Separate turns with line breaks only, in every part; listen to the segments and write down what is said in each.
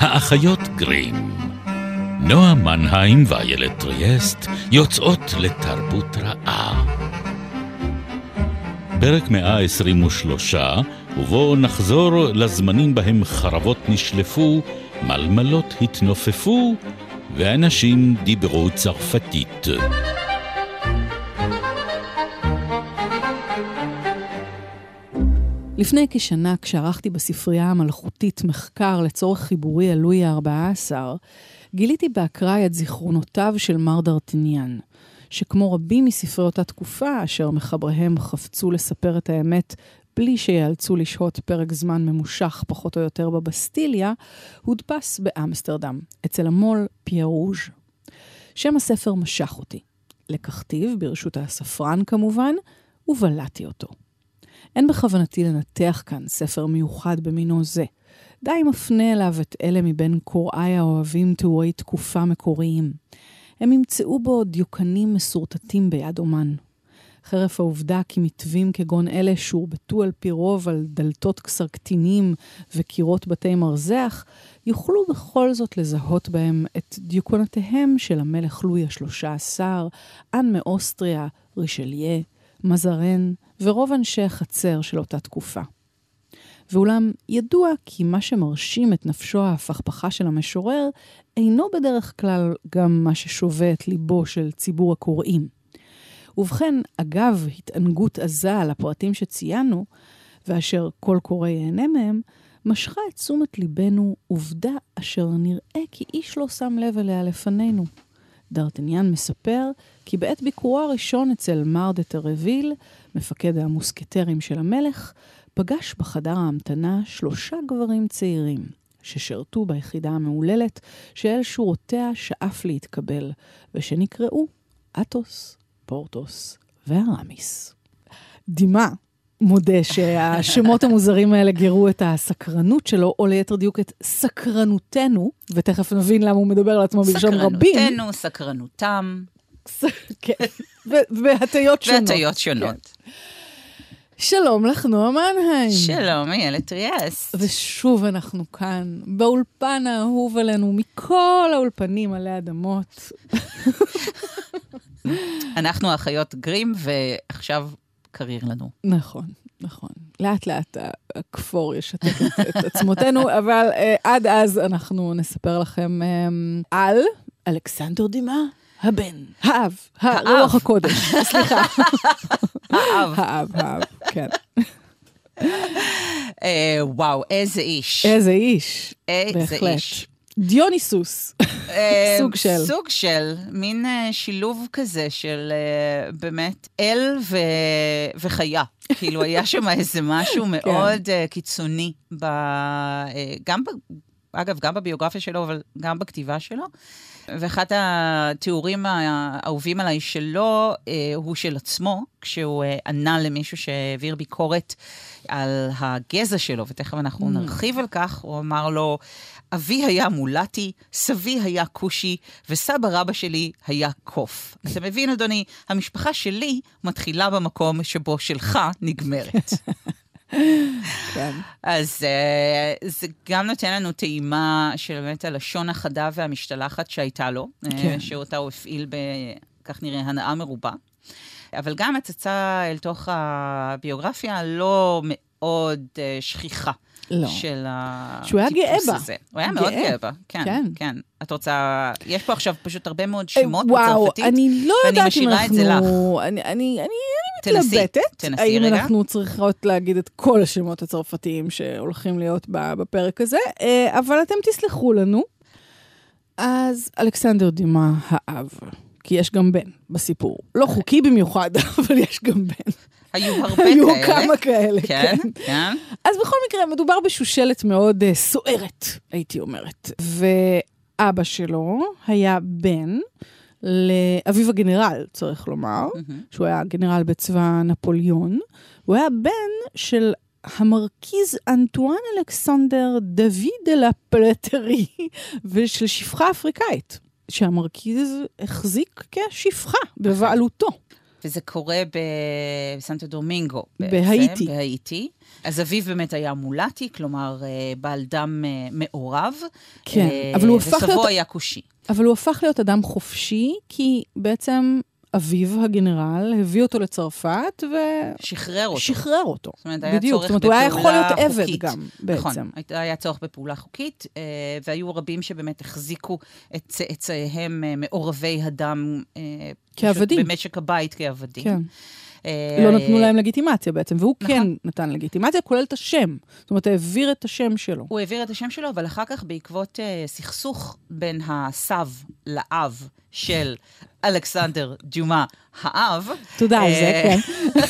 האחיות גרים. נועה מנהיים ואיילת טריאסט יוצאות לתרבות רעה. פרק 123, ובו נחזור לזמנים בהם חרבות נשלפו, מלמלות התנופפו, ואנשים דיברו צרפתית.
לפני כשנה, כשערכתי בספרייה המלכותית מחקר לצורך חיבורי על לואי ה-14, גיליתי באקראי את זיכרונותיו של מר ד'ארטניאן, שכמו רבים מספרי אותה תקופה, אשר מחבריהם חפצו לספר את האמת בלי שיאלצו לשהות פרק זמן ממושך פחות או יותר בבסטיליה, הודפס באמסטרדם, אצל המול פייר רוז'. שם הספר משך אותי. לקחתיו, ברשות הספרן כמובן, ובלעתי אותו. אין בכוונתי לנתח כאן ספר מיוחד במינו זה. די מפנה אליו את אלה מבין קוראי האוהבים תיאורי תקופה מקוריים. הם ימצאו בו דיוקנים מסורטטים ביד אומן. חרף העובדה כי מתווים כגון אלה שורבטו על פי רוב על דלתות קסרקטינים וקירות בתי מרזח, יוכלו בכל זאת לזהות בהם את דיוקונותיהם של המלך לואי ה-13, אן מאוסטריה, רישליה, מזרן ורוב אנשי החצר של אותה תקופה. ואולם ידוע כי מה שמרשים את נפשו ההפכפכה של המשורר אינו בדרך כלל גם מה ששווה את ליבו של ציבור הקוראים. ובכן, אגב התענגות עזה על הפרטים שציינו, ואשר כל קורא ייהנה מהם, משכה את תשומת ליבנו עובדה אשר נראה כי איש לא שם לב אליה לפנינו. ד'ארטניאן מספר כי בעת ביקורו הראשון אצל מר דה טרוויל, מפקד המוסקטרים של המלך, פגש בחדר ההמתנה 3 גברים צעירים, ששרתו ביחידה המעוללת שאל שורותיה שאף להתקבל, ושנקראו אתוס, פורטוס וארמיס. דימה מודה שהשמות המוזרים האלה גירו את הסקרנות שלו, או ליתר דיוק את סקרנותנו, ותכף נבין למה הוא מדבר על עצמו בלשון רבים.
סקרנותנו, סקרנותם.
כן, והטיות שונות.
והטיות שונות.
שלום לך, נועה מנהיים.
שלום, איילת טריאסט.
ושוב אנחנו כאן, באולפן האהוב עלינו, מכל האולפנים עלי אדמות.
אנחנו האחיות גרים, ועכשיו קריר לנו.
נכון, נכון. לאט לאט הכפור ישתק את עצמותינו, אבל עד אז אנחנו נספר לכם על אלכסנדר דימה, הבן, רוח הקודש, סליחה. האב, כן.
וואו, איזה איש.
איזה איש, בהחלט. דיוניסוס,
סוג של, מין שילוב כזה של באמת אל וחיה. כאילו היה שם איזה משהו מאוד קיצוני, אגב, גם בביוגרפיה שלו, אבל גם בכתיבה שלו. ואחד התיאורים האהובים עליי שלו, הוא של עצמו, כשהוא ענה למישהו שהעביר ביקורת על הגזע שלו, ותכף אנחנו נרחיב על כך, הוא אמר לו, אבי היה מולטי, סבי היה קושי, וסבא רבא שלי היה קוף. אתה מבין, אדוני, המשפחה שלי מתחילה במקום שבו שלך נגמרת.
כן.
אז זה גם נותן לנו טעימה של באמת הלשון החדה והמשתלחת שהייתה לו, שאותה הוא הפעיל כך נראה הנאה מרובה. אבל גם הצצה אל תוך הביוגרפיה לא מאוד שכיחה.
לא.
של
שהוא היה גאה בה.
הוא היה מאוד גאה בה, כן, כן. את רוצה, יש פה עכשיו פשוט הרבה מאוד שמות בצרפתית.
וואו, אני לא יודעת אם אנחנו, אני מתלבטת, האם אנחנו צריכות להגיד את כל השמות הצרפתיים שהולכים להיות בפרק הזה, אבל אתם תסלחו לנו. אז אלכסנדר דימה האב, כי יש גם בן בסיפור. לא חוקי במיוחד, אבל יש גם בן.
היו הרבה כאלה.
היו כמה כאלה,
כן. כן.
אז בכל מקרה, מדובר בשושלת מאוד סוערת, הייתי אומרת. ואבא שלו היה בן לאביו הגנרל, צריך לומר, שהוא היה גנרל בצבא נפוליאון. הוא היה בן של המרקיז אנטואן אלכסנדר דוד דה לה פלטרי, ושל שפחה אפריקאית, שהמרקיז החזיק כשפחה בבעלותו.
וזה קורה בסנטו דומינגו.
בהאיטי.
אז אביו באמת היה מולטי, כלומר, בעל דם מעורב.
כן, אבל הוא הפך
וסבו היה כושי.
אבל הוא הפך להיות אדם חופשי, כי בעצם אביו הגנרל הביא אותו לצרפת
שחרר אותו.
זאת אומרת, היה צורך בפעולה חוקית. הוא היה יכול להיות עבד גם, בעצם.
נכון, היה צורך בפעולה חוקית, והיו רבים שבאמת החזיקו את צאצאיהם מעורבי הדם
כעבדים.
במשק הבית כעבדים.
כן. לא נתנו להם לגיטימציה בעצם, והוא כן נתן לגיטימציה, כולל את השם. זאת אומרת, העביר את השם שלו.
הוא העביר את השם שלו, אבל אחר כך בעקבות סכסוך בין הסב לאב של אלכסנדר דומה האב.
תודה על זה, כן.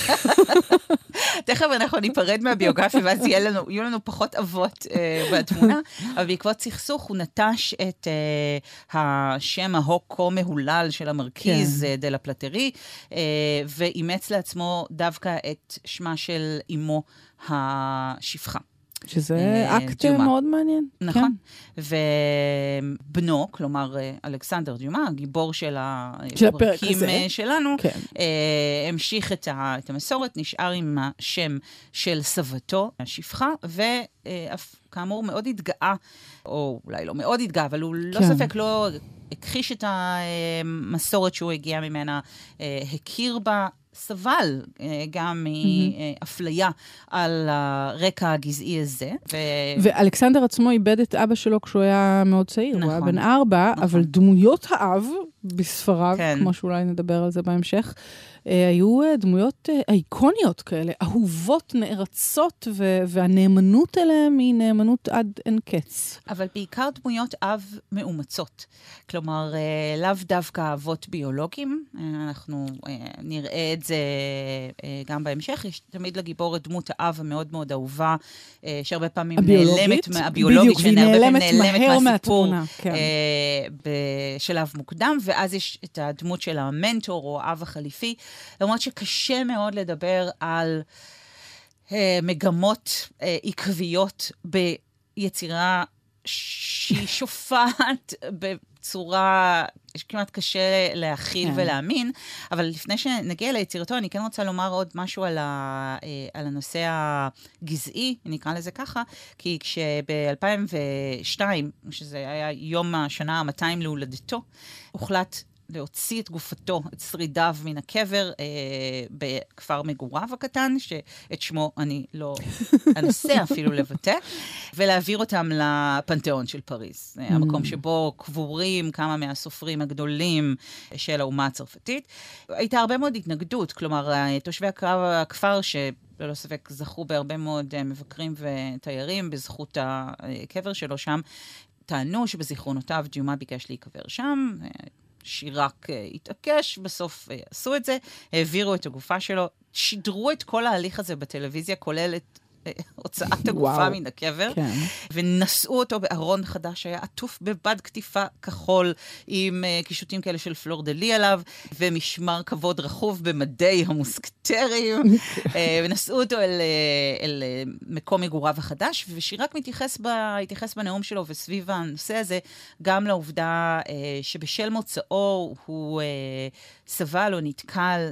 תכף אנחנו ניפרד מהביוגרפיה, ואז יהיו לנו פחות אבות בתמונה, אבל בעקבות סכסוך הוא נטש את השם ההוקו מהולל של המרכיז דה לה פלטרי, ואימץ לעצמו דווקא את שמה של אמו השפחה.
שזה אקט מאוד מעניין.
נכון. ובנו, כלומר, אלכסנדר דומה, הגיבור של הפרקים שלנו, המשיך את המסורת, נשאר עם השם של סבתו, השפחה, וכאמור מאוד התגאה, או אולי לא מאוד התגאה, אבל הוא לא ספק, לא הכחיש את המסורת שהוא הגיע ממנה, הכיר בה, סבל גם מאפליה על הרקע הגזעי הזה.
ואלכסנדר עצמו איבד את אבא שלו כשהוא היה מאוד צעיר, הוא היה בן 4, אבל דמויות האב בספריו, כמו שאולי נדבר על זה בהמשך, היו דמויות איקוניות כאלה, אהובות, נערצות, והנאמנות אליהם היא נאמנות עד אין קץ.
אבל בעיקר דמויות אב מאומצות. כלומר, לאו דווקא אבות ביולוגיים, אנחנו נראה את זה גם בהמשך, יש תמיד לגיבור את דמות האב המאוד מאוד אהובה, שהרבה פעמים נעלמת מהביולוגית,
שנעלמת מהר מהתמונה,
בשלב מוקדם, ואז יש את הדמות של המנטור או האב החליפי, למרות שקשה מאוד לדבר על מגמות עקביות ביצירה שהיא שופעת בצורה כמעט קשה להכיל ולהאמין, אבל לפני שנגיע ליצירתו, אני כן רוצה לומר עוד משהו על הנושא הגזעי, נקרא לזה ככה, כי כשב-2002, שזה היה יום השנה ה-200 להולדתו, הוחלט להוציא את גופתו, את שרידיו מן הקבר בכפר מגוריו הקטן, שאת שמו אני לא אנסה אפילו לבטא, ולהעביר אותם לפנתיאון של פריז. המקום שבו קבורים כמה מהסופרים הגדולים של האומה הצרפתית. הייתה הרבה מאוד התנגדות, כלומר, תושבי הכפר ללא ספק זכו בהרבה מאוד מבקרים ותיירים בזכות הקבר שלו שם, טענו שבזיכרונותיו דומה ביקש להיקבר שם, שירק התעקש, בסוף עשו את זה, העבירו את הגופה שלו, שידרו את כל ההליך הזה בטלוויזיה, כולל את הוצאת הגופה מן הקבר, ונסעו אותו בארון חדש, היה עטוף בבד כתיפה כחול, עם קישוטים כאלה של פלור דלי עליו, ומשמר כבוד רכוב במדי המוסקטרים, ונסעו אותו אל מקום מגוריו החדש, ושירק התייחס בנאום שלו, וסביב הנושא הזה, גם לעובדה שבשל מוצאו הוא סבל או נתקל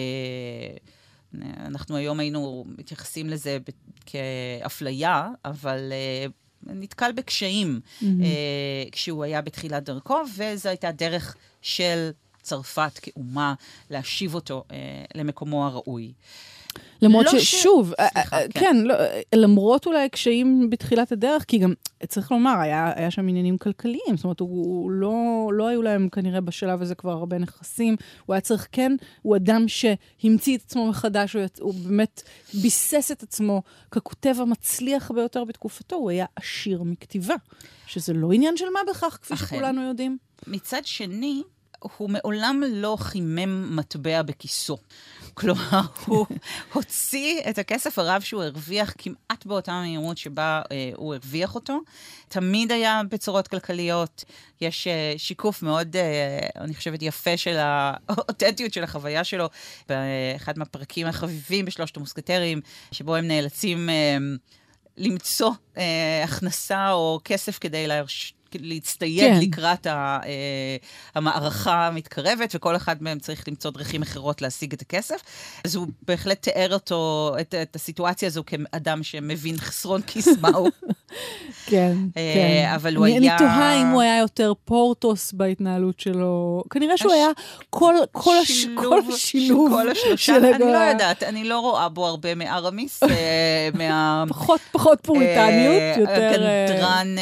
אנחנו היום היינו מתייחסים לזה כאפליה, אבל נתקל בקשיים כשהוא היה בתחילת דרכו, וזו הייתה דרך של צרפת כאומה להשיב אותו למקומו הראוי.
למרות ששוב, כן, למרות אולי קשיים בתחילת הדרך, כי גם צריך לומר, היה שם עניינים כלכליים, זאת אומרת, לא היו להם כנראה בשלב הזה כבר הרבה נכסים, הוא היה צריך כן, הוא אדם שהמציא את עצמו מחדש, הוא באמת ביסס את עצמו ככותב המצליח ביותר בתקופתו, הוא היה עשיר מכתיבה, שזה לא עניין של מה בכך, כפי שכולנו יודעים.
מצד שני, הוא מעולם לא חימם מטבע בכיסו. כלומר, הוא הוציא את הכסף הרב שהוא הרוויח כמעט באותה מהירות שבה הוא הרוויח אותו. תמיד היה בצורות כלכליות. יש שיקוף מאוד, אני חושבת, יפה של האותנטיות של החוויה שלו, באחד מהפרקים החביבים בשלושת המוסקטרים, שבו הם נאלצים למצוא הכנסה או כסף כדי להצטייד לקראת המערכה המתקרבת, וכל אחד מהם צריך למצוא דרכים אחרות להשיג את הכסף. אז הוא בהחלט תיאר אותו, את הסיטואציה הזו כאדם שמבין חסרון כיס מהו.
כן, כן.
אבל הוא היה...
אני תוהה אם הוא היה יותר פורטוס בהתנהלות שלו. כנראה שהוא היה כל השילוב
של כל השלושה. אני לא יודעת, אני לא רואה בו הרבה מארמיס,
פחות פוריטניות, יותר...
הגנדרן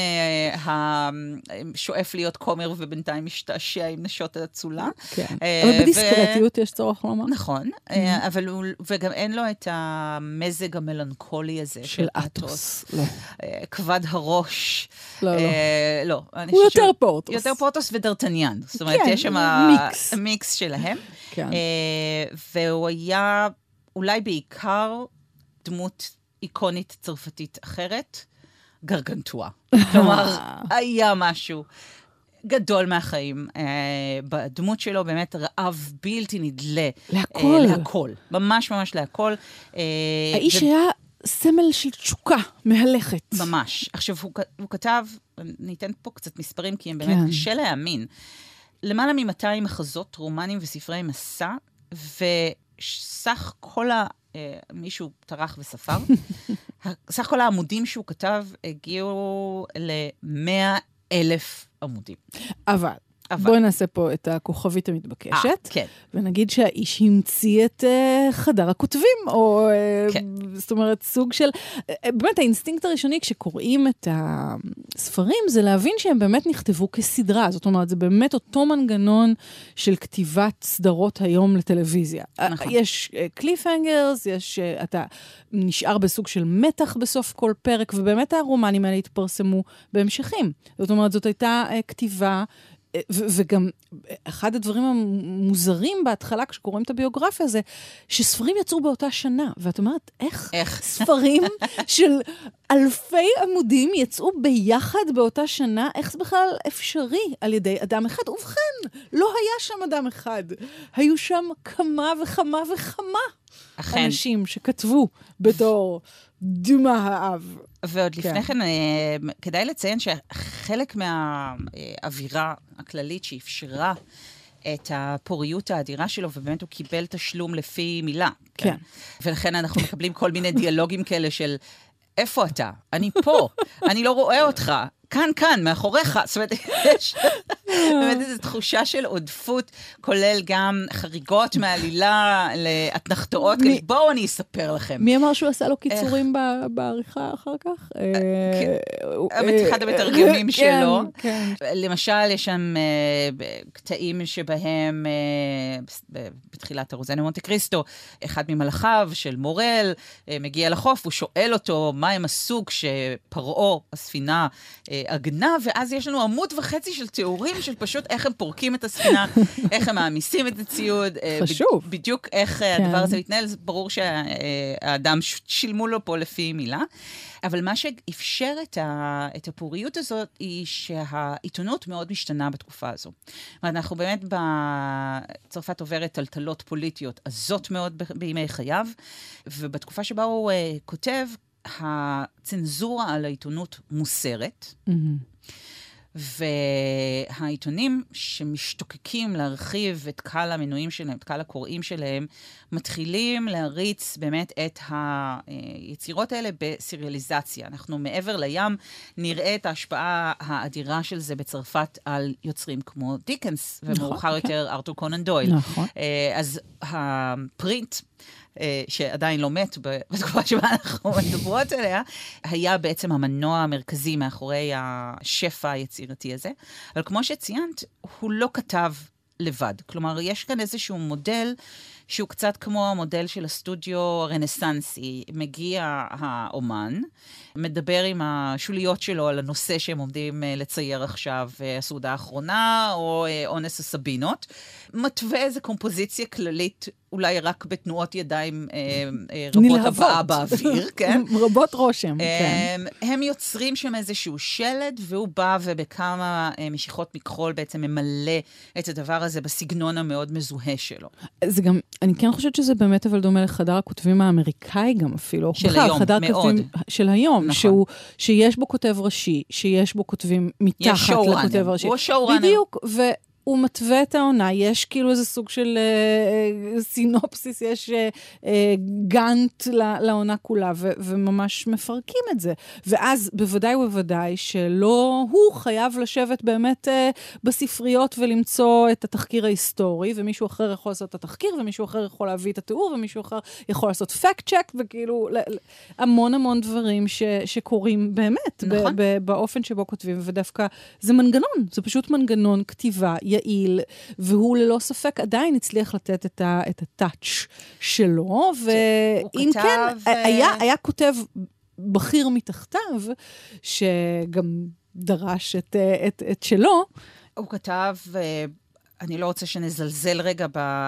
השואף להיות כומר ובינתיים משתעשע עם נשות האצולה.
כן, אבל בדיסקרטיות יש צורך לומר.
נכון, אבל וגם אין לו את המזג המלנכולי הזה
של אתוס.
כבד הראש.
לא.
הוא
יותר פורטוס.
יותר פורטוס ודרטניאן. זאת אומרת, יש שם מיקס שלהם. והוא היה אולי בעיקר דמות איקונית צרפתית אחרת, גרגנטואה. כלומר, היה משהו גדול מהחיים. בדמות שלו באמת רעב בלתי נדלה. להכל. ממש ממש להכל.
האיש היה סמל של תשוקה, מהלכת.
ממש. עכשיו, הוא כתב, ניתן פה קצת מספרים, כי הם באמת קשה להאמין. למעלה מ-200 מחזות, רומנים וספרי מסע, וסך כל מישהו טרח וספר, סך כל העמודים שהוא כתב הגיעו ל100,000 עמודים.
אבל בואי נעשה פה את הכוכבית המתבקשת,
כן.
ונגיד שהאיש המציא את חדר הכותבים, או זאת אומרת, סוג של... באמת, האינסטינקט הראשוני כשקוראים את הספרים, זה להבין שהם באמת נכתבו כסדרה. זאת אומרת, זה באמת אותו מנגנון של כתיבת סדרות היום לטלוויזיה. נכון. יש קליפהנגרס, אתה נשאר בסוג של מתח בסוף כל פרק, ובאמת הרומנים האלה התפרסמו בהמשכים. זאת אומרת, זאת הייתה כתיבה... וגם אחד הדברים המוזרים בהתחלה כשקוראים את הביוגרפיה זה שספרים יצאו באותה שנה, ואת אומרת, איך ספרים של אלפי עמודים יצאו ביחד באותה שנה, איך זה בכלל אפשרי על ידי אדם אחד? ובכן, לא היה שם אדם אחד, היו שם כמה וכמה וכמה אנשים שכתבו בתור דומה האב.
ועוד לפני כן, כדאי לציין שחלק מהאווירה הכללית שאפשרה את הפוריות האדירה שלו, ובאמת הוא קיבל תשלום לפי מילה.
כן.
ולכן אנחנו מקבלים כל מיני דיאלוגים כאלה של, איפה אתה? אני פה, אני לא רואה אותך. כאן, מאחוריך. זאת אומרת, יש באמת איזו תחושה של עודפות, כולל גם חריגות מהעלילה לאתנחתאות, בואו אני אספר לכם.
מי אמר שהוא עשה לו קיצורים בעריכה אחר כך?
אחד המתרגמים שלו. למשל, יש שם קטעים שבהם, בתחילת הרוזנה מונטה קריסטו, אחד ממלאכיו של מורל, מגיע לחוף, הוא שואל אותו מה הם הסוג שפרעו, הספינה, הגנה, ואז יש לנו עמוד וחצי של תיאורים של פשוט איך הם פורקים את הספינה, איך הם מעמיסים את הציוד.
חשוב.
בדיוק איך הדבר הזה מתנהל, זה ברור שהאדם שילמו לו פה לפי מילה. אבל מה שאפשר את הפוריות הזאת היא שהעיתונות מאוד משתנה בתקופה הזו. אנחנו באמת בצרפת עוברת טלטלות פוליטיות עזות מאוד בימי חייו, ובתקופה שבה הוא כותב, הצנזורה על העיתונות מוסרת, והעיתונים שמשתוקקים להרחיב את קהל המנויים שלהם, את קהל הקוראים שלהם, מתחילים להריץ באמת את היצירות האלה בסיריאליזציה. אנחנו מעבר לים נראה את ההשפעה האדירה של זה בצרפת על יוצרים כמו דיקנס, ומאוחר יותר ארתור קונן דויל. אז הפרינט, שעדיין לא מת בתקופה שבה אנחנו מדברות עליה, היה בעצם המנוע המרכזי מאחורי השפע היצירתי הזה. אבל כמו שציינת, הוא לא כתב לבד. כלומר, יש כאן איזשהו מודל שהוא קצת כמו המודל של הסטודיו הרנסנסי. מגיע האומן, מדבר עם השוליות שלו על הנושא שהם עומדים לצייר עכשיו, הסעודה האחרונה או אונס הסבינות, מתווה איזו קומפוזיציה כללית, אולי רק בתנועות ידיים רבות הבאה באוויר, כן?
רבות רושם, כן.
הם יוצרים שם איזשהו שלד, והוא בא ובכמה משיכות מכחול בעצם ממלא את הדבר הזה בסגנון המאוד מזוהה שלו.
זה גם, אני כן חושבת שזה באמת אבל דומה לחדר הכותבים האמריקאי גם אפילו.
של היום, מאוד.
של היום,
נכון.
שיש בו כותב ראשי, שיש בו כותבים מתחת לכותב ראשי.
הוא השואורנר.
בדיוק, הוא מתווה את העונה, יש כאילו איזה סוג של סינופסיס, יש גאנט לעונה כולה, וממש מפרקים את זה. ואז בוודאי ובוודאי שלא הוא חייב לשבת באמת בספריות ולמצוא את התחקיר ההיסטורי, ומישהו אחר יכול לעשות את התחקיר, ומישהו אחר יכול להביא את התיאור, ומישהו אחר יכול לעשות פאקט צ'ק, וכאילו המון המון דברים שקורים באמת,
נכון.
באופן שבו כותבים, ודווקא זה מנגנון, זה פשוט מנגנון כתיבה יעיל, והוא ללא ספק עדיין הצליח לתת את הטאץ' שלו, ואם כן, היה כותב בכיר מתחתיו, שגם דרש את שלו.
הוא כתב, אני לא רוצה שנזלזל רגע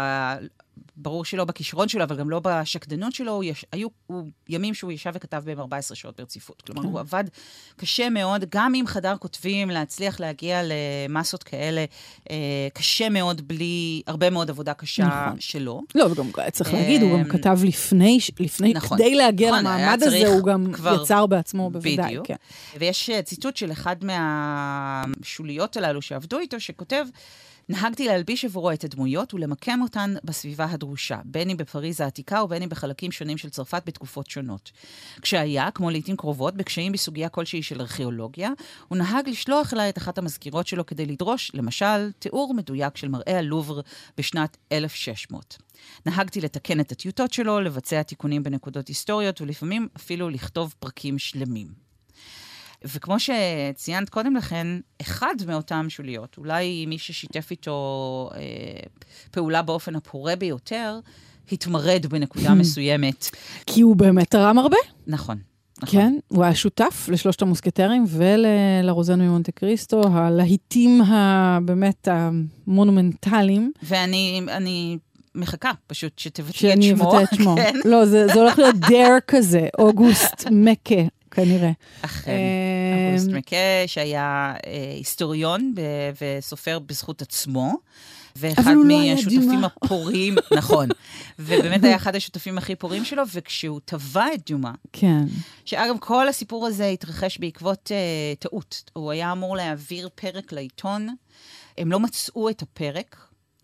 ברור שלא בכישרון שלו, אבל גם לא בשקדנות שלו, היו ימים שהוא ישב וכתב בהם 14 שעות ברציפות. כלומר, הוא עבד קשה מאוד, גם עם חדר כותבים, להצליח להגיע למסות כאלה, קשה מאוד בלי הרבה מאוד עבודה קשה שלו.
לא, וגם צריך להגיד, הוא גם כתב לפני, כדי להגיע למעמד הזה, הוא גם יצר בעצמו בוודאי.
ויש ציטוט של אחד מהשוליות הללו שעבדו איתו, שכותב, נהגתי להלביש עבורו את הדמויות ולמקם אותן בסביבה הדרושה, בין אם בפריז העתיקה ובין אם בחלקים שונים של צרפת בתקופות שונות. כשהיה, כמו לעתים קרובות, בקשיים בסוגיה כלשהי של ארכיאולוגיה, הוא נהג לשלוח אליי את אחת המזכירות שלו כדי לדרוש, למשל, תיאור מדויק של מראה הלובר בשנת 1600. נהגתי לתקן את הטיוטות שלו, לבצע תיקונים בנקודות היסטוריות, ולפעמים אפילו לכתוב פרקים שלמים. וכמו שציינת קודם לכן, אחד מאותם שוליות, אולי מי ששיתף איתו פעולה באופן הפורה ביותר, התמרד בנקודה מסוימת.
כי הוא באמת תרם הרבה?
נכון.
כן, הוא היה שותף לשלושת המוסקטרים ולרוזנו ממונטה קריסטו, הלהיטים באמת המונומנטליים.
ואני מחכה פשוט שתבטאי את שמו.
שאני אבטא את שמו. לא, זה הולך להיות דר כזה, אוגוסט מקה. כנראה.
אכן, אוגוסט מקה, שהיה היסטוריון וסופר בזכות עצמו, ואחד מהשותפים הפורים, נכון, ובאמת היה אחד השותפים הכי פורים שלו, וכשהוא טבע את דומה,
כן.
שאגב, כל הסיפור הזה התרחש בעקבות טעות. הוא היה אמור להעביר פרק לעיתון, הם לא מצאו את הפרק,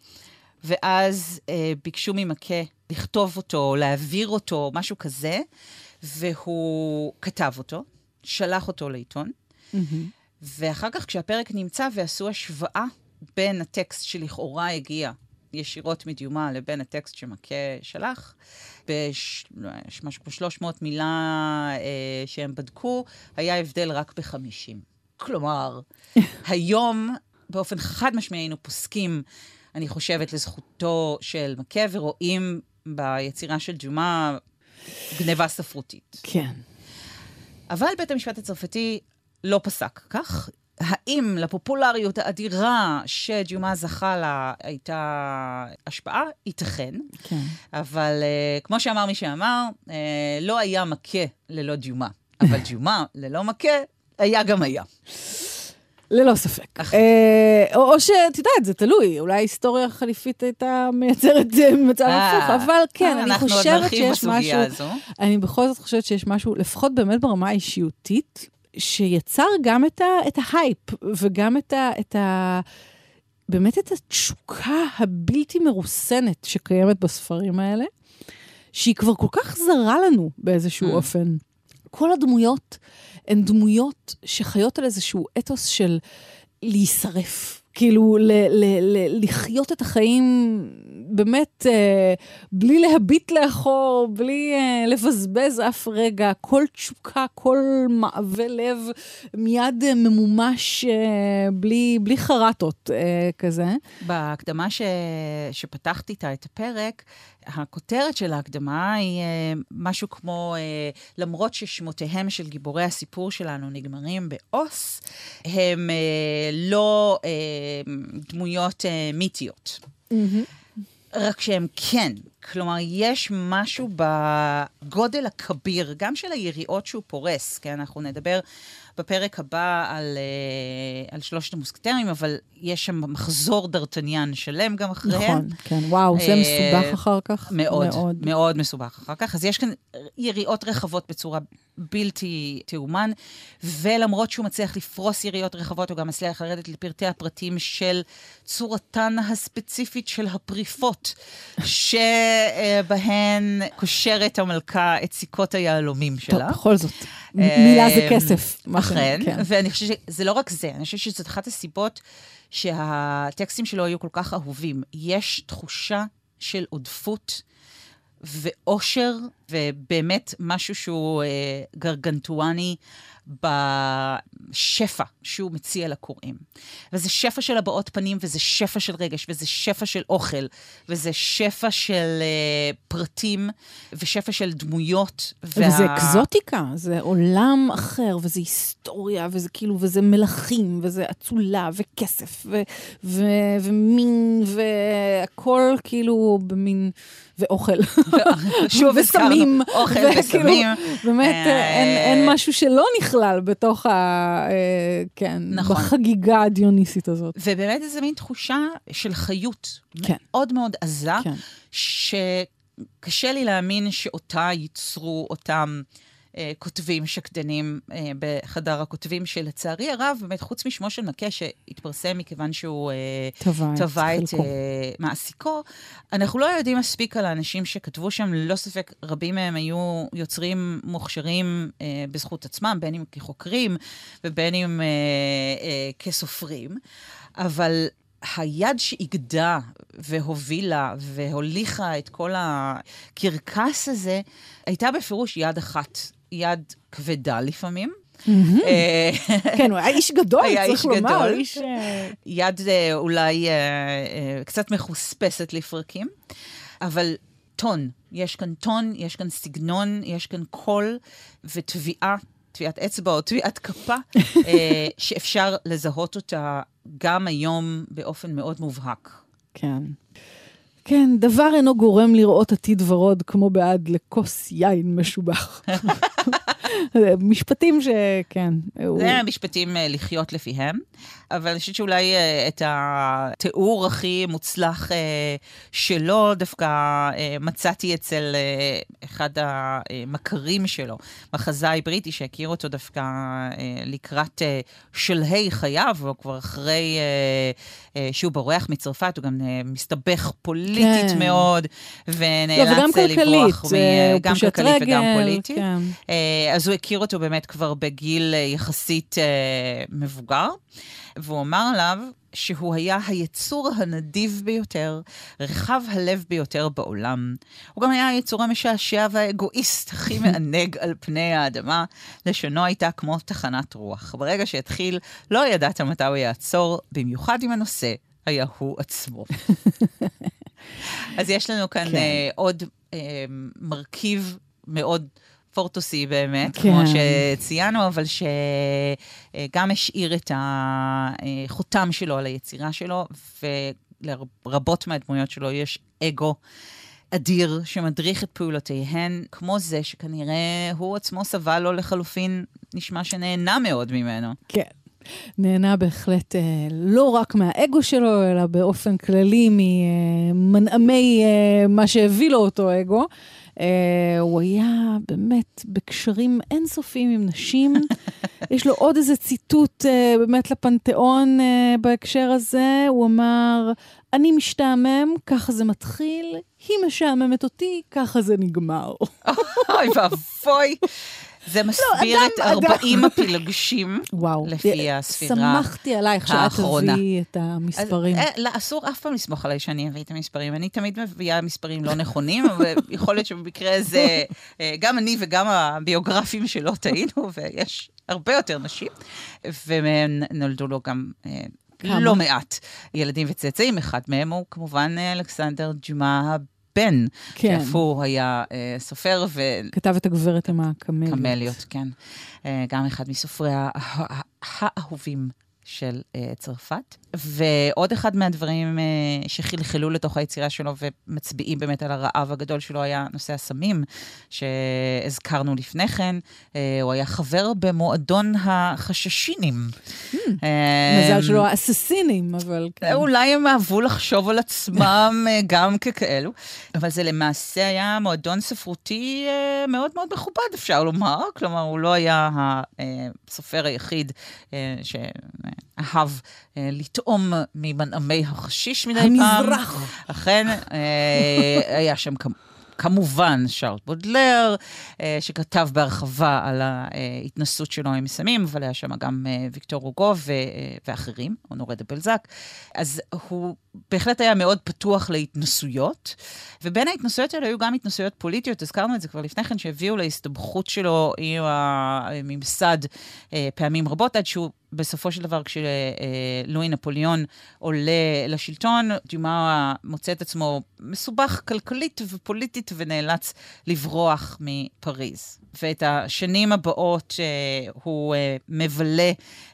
ואז ביקשו ממקה לכתוב אותו, להעביר אותו, משהו כזה, והוא כתב אותו, שלח אותו לעיתון, ואחר כך כשהפרק נמצא ועשו השוואה בין הטקסט שלכאורה הגיע ישירות מדיומה לבין הטקסט שמקה שלח, משהו כמו 300 מילה שהם בדקו, היה הבדל רק ב-50. כלומר, היום באופן חד משמעי היינו פוסקים, אני חושבת, לזכותו של מקה, ורואים ביצירה של דומה גניבה ספרותית.
כן. אבל
בית המשפט הצרפתי לא פסק כך. האם לפופולריות האדירה שדיומה זכה לה הייתה השפעה? ייתכן.
כן.
אבל כמו שאמר מי שאמר, לא היה מכה ללא דיומה. אבל דיומה ללא מכה היה גם היה.
ללא ספק. או שאת יודעת, זה תלוי. אולי ההיסטוריה החליפית הייתה מייצרת מצב הפוך, אבל כן, אני חושבת שיש משהו, אני בכל זאת חושבת שיש משהו, לפחות באמת ברמה האישיותית, שיצר גם את ההייפ, וגם באמת את התשוקה הבלתי מרוסנת שקיימת בספרים האלה, שהיא כבר כל כך זרה לנו באיזשהו אופן. כל הדמויות הן דמויות שחיות על איזשהו אתוס של להישרף. כאילו, לחיות את החיים באמת בלי להביט לאחור, בלי לבזבז אף רגע, כל תשוקה, כל מעווה לב, מיד ממומש בלי חרטות כזה.
בהקדמה שפתחתי איתה את הפרק, הכותרת של ההקדמה היא משהו כמו, למרות ששמותיהם של גיבורי הסיפור שלנו נגמרים באוס, הם לא דמויות מיתיות. רק שהם כן כלומר, יש משהו בגודל הכביר, גם של היריעות שהוא פורס, כן? אנחנו נדבר בפרק הבא על שלושת המוסקטרים, אבל יש שם מחזור דרטניאן שלם גם אחריהם.
נכון, כן, וואו, זה מסובך אחר כך.
מאוד, מאוד מסובך אחר כך. אז יש כאן יריעות רחבות בצורה בלתי תאומן, ולמרות שהוא מצליח לפרוס יריעות רחבות, הוא גם מצליח לרדת לפרטי הפרטים של צורתן הספציפית של הפריפות, שבהן קושרת המלכה את סיכות היהלומים שלה.
טוב, בכל זאת, מילה זה כסף.
אכן, ואני חושבת שזה לא רק זה, אני חושבת שזאת אחת הסיבות שהטקסטים שלו היו כל כך אהובים. יש תחושה של עודפות ואושר, ובאמת משהו שהוא גרגנטואני בשפע שהוא מציע לקוראים. וזה שפע של הבעות פנים, וזה שפע של רגש, וזה שפע של אוכל, וזה שפע של פרטים, ושפע של דמויות.
וזה אקזוטיקה, זה עולם אחר, וזה היסטוריה, וזה כאילו, וזה מלכים, וזה אצולה, וכסף, ומין, והכל כאילו במין, ואוכל.
שוב וסמים. אוכל וסמים.
באמת, אין משהו שלא נכלל בתוך בחגיגה הדיוניסית הזאת.
ובאמת איזו מין תחושה של חיות מאוד מאוד עזה, שקשה לי להאמין שאותה ייצרו אותם כותבים שקדנים בחדר הכותבים, שלצערי הרב, באמת חוץ משמו של נקה שהתפרסם מכיוון שהוא טבע את מעסיקו, אנחנו לא יודעים מספיק על האנשים שכתבו שם, לא ספק רבים מהם היו יוצרים מוכשרים בזכות עצמם, בין אם כחוקרים ובין אם כסופרים, אבל היד שאיגדה והובילה והוליכה את כל הקרקס הזה, הייתה בפירוש יד אחת. יד כבדה לפעמים.
כן, הוא היה איש גדול, צריך לומר.
יד אולי קצת מחוספסת לפרקים, אבל טון, יש כאן טון, יש כאן סגנון, יש כאן קול וטביעת אצבע או טביעת כפה, שאפשר לזהות אותה גם היום באופן מאוד מובהק.
כן. כן, דבר אינו גורם לראות עתיד ורוד, כמו בעד לכוס יין משובח. משפטים שכן.
זה משפטים לחיות לפיהם, אבל אני חושבת שאולי את התיאור הכי מוצלח שלו, דווקא מצאתי אצל אחד המכרים שלו, מחזאי בריטי שהכיר אותו דווקא לקראת שלהי חייו, או כבר אחרי שהוא בורח מצרפת, הוא גם מסתבך פוליטית מאוד, ונאלץ לברוח, גם כלכלית וגם פוליטית. אז הוא הכיר אותו באמת כבר בגיל יחסית מבוגר, והוא אמר עליו שהוא היה היצור הנדיב ביותר, רחב הלב ביותר בעולם. הוא גם היה היצור המשעשע והאגואיסט הכי מענג על פני האדמה. לשונו הייתה כמו תחנת רוח. ברגע שהתחיל, לא ידעת מתי הוא יעצור, במיוחד עם הנושא היה הוא עצמו. אז יש לנו כאן עוד מרכיב מאוד פורטוסי באמת, כמו שציינו, אבל שגם השאיר את החותם שלו על היצירה שלו, ולרבות מהדמויות שלו יש אגו אדיר שמדריך את פעולותיהן, כמו זה שכנראה הוא עצמו סבל לו לחלופין, נשמע שנהנה מאוד ממנו. כן.
נהנה בהחלט לא רק מהאגו שלו, אלא באופן כללי ממנעמי מה שהביא לו אותו אגו. הוא היה באמת בקשרים אינסופיים עם נשים. יש לו עוד איזה ציטוט באמת לפנתיאון בהקשר הזה. הוא אמר, אני משתעמם, ככה זה מתחיל, היא משעממת אותי, ככה זה נגמר.
אוי ואבוי. זה מסביר את 40 הפילגשים, לפי הספירה.
שמחתי עלייך שאת תביא את המספרים.
אסור אף פעם לסמוך עליי שאני אביא את המספרים. אני תמיד מביאה מספרים לא נכונים, אבל יכול להיות שבמקרה הזה, גם אני וגם הביוגרפים שלו טעינו, ויש הרבה יותר נשים, ומהם נולדו לו גם לא מעט ילדים וצאצאים. אחד מהם הוא כמובן אלכסנדר דומה בן, שאפו היה סופר
כתב את הגברת עם הקמליות.
קמליות, כן. גם אחד מסופרי האהובים של צרפת. ועוד אחד מהדברים שחלחלו לתוך היצירה שלו ומצביעים באמת על הרעב הגדול שלו היה נושא הסמים, שהזכרנו לפני כן. הוא היה חבר במועדון החששינים.
מזל שלו האססינים, אבל כן.
אולי הם אהבו לחשוב על עצמם גם ככאלו, אבל זה למעשה היה מועדון ספרותי מאוד מאוד מכובד, אפשר לומר. כלומר, הוא לא היה הסופר היחיד שאהב לטעום ממנעמי החשיש מדי פעם.
המזרח.
אכן, היה שם כמובן שארל בודלר, שכתב בהרחבה על ההתנסות שלו עם סמים, אבל היה שם גם ויקטור הוגו ואחרים, אונורי דה בלזק. אז הוא בהחלט היה מאוד פתוח להתנסויות, ובין ההתנסויות האלה היו גם התנסויות פוליטיות, הזכרנו את זה כבר לפני כן, שהביאו להסתבכות שלו עם הממסד פעמים רבות, עד שהוא בסופו של דבר, כשלואי נפוליאון עולה לשלטון, דיומה מוצא את עצמו מסובך כלכלית ופוליטית, ונאלץ לברוח מפריז. ואת השנים הבאות הוא מבלה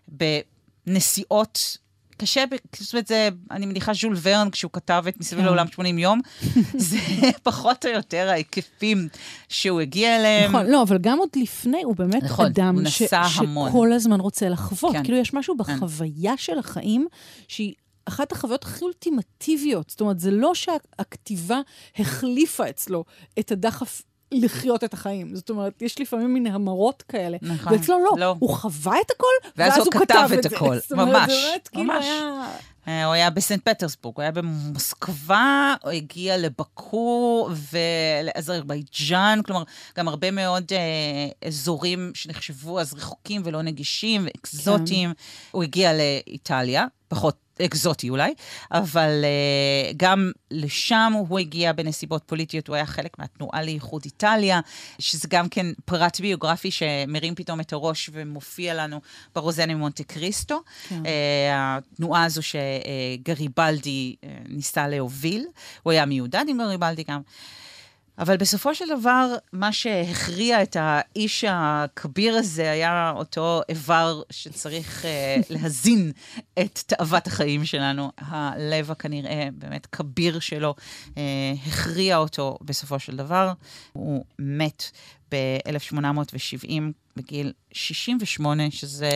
בנסיעות קשה, זאת אומרת, אני מניחה ז'ול ורן, כשהוא כתב את מסביב לעולם 80 יום, זה פחות או יותר ההיקפים שהוא הגיע אליהם.
נכון, לא, אבל גם עוד לפני, הוא באמת אדם שכל הזמן רוצה לחוות. כאילו, יש משהו בחוויה של החיים, שהיא אחת החוויות הכי אולטימטיביות. זאת אומרת, זה לא שהכתיבה החליפה אצלו את הדחף לחיות את החיים. זאת אומרת, יש לפעמים מין המרות כאלה. נכון. ואצלו לא. הוא חווה את הכל, ואז הוא כתב את הכל.
ממש. ממש. הוא היה בסנט פטרסבורג, הוא היה במוסקבה, הוא הגיע לבקו ולאזרבייג'אן, כלומר, גם הרבה מאוד אזורים שנחשבו אז רחוקים ולא נגישים ואקזוטיים. הוא הגיע לאיטליה, פחות אקזוטי אולי, אבל גם לשם הוא הגיע בנסיבות פוליטיות, הוא היה חלק מהתנועה לאיחוד איטליה, שזה גם כן פרט ביוגרפי שמרים פתאום את הראש ומופיע לנו ברוזני מונטה קריסטו, התנועה הזו שגריבלדי ניסה להוביל, הוא היה מיודד עם גריבלדי גם, אבל בסופו של דבר, מה שהכריע את האיש הכביר הזה, היה אותו איבר שצריך להזין את תאוות החיים שלנו. הלב הכנראה באמת כביר שלו, הכריע אותו בסופו של דבר. הוא מת ב-1870, בגיל 68, שזה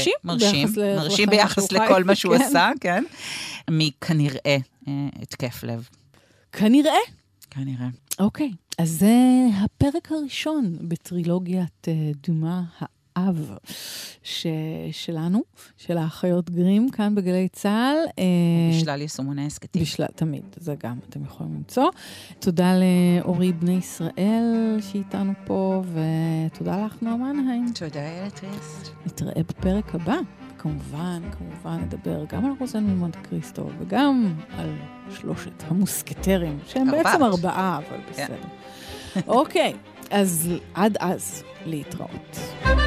מרשים ביחס לכל מה שהוא עשה, כן? מכנראה התקף לב.
כנראה?
כנראה.
אוקיי, אז זה הפרק הראשון בטרילוגיית דומה האב שלנו, של האחיות גרים, כאן בגלי צהל.
בשלל יישומוני הסקטים.
תמיד, זה גם אתם יכולים למצוא. תודה לאורי בני ישראל שאיתנו פה, ותודה לך נועה מנהיים.
תודה איילת ריס.
נתראה בפרק הבא. כמובן, נדבר גם על רוזן ממונטה קריסטו, וגם על שלושת המוסקטרים, שהם בעצם 4, אבל בסדר. אוקיי, אז עד אז להתראות.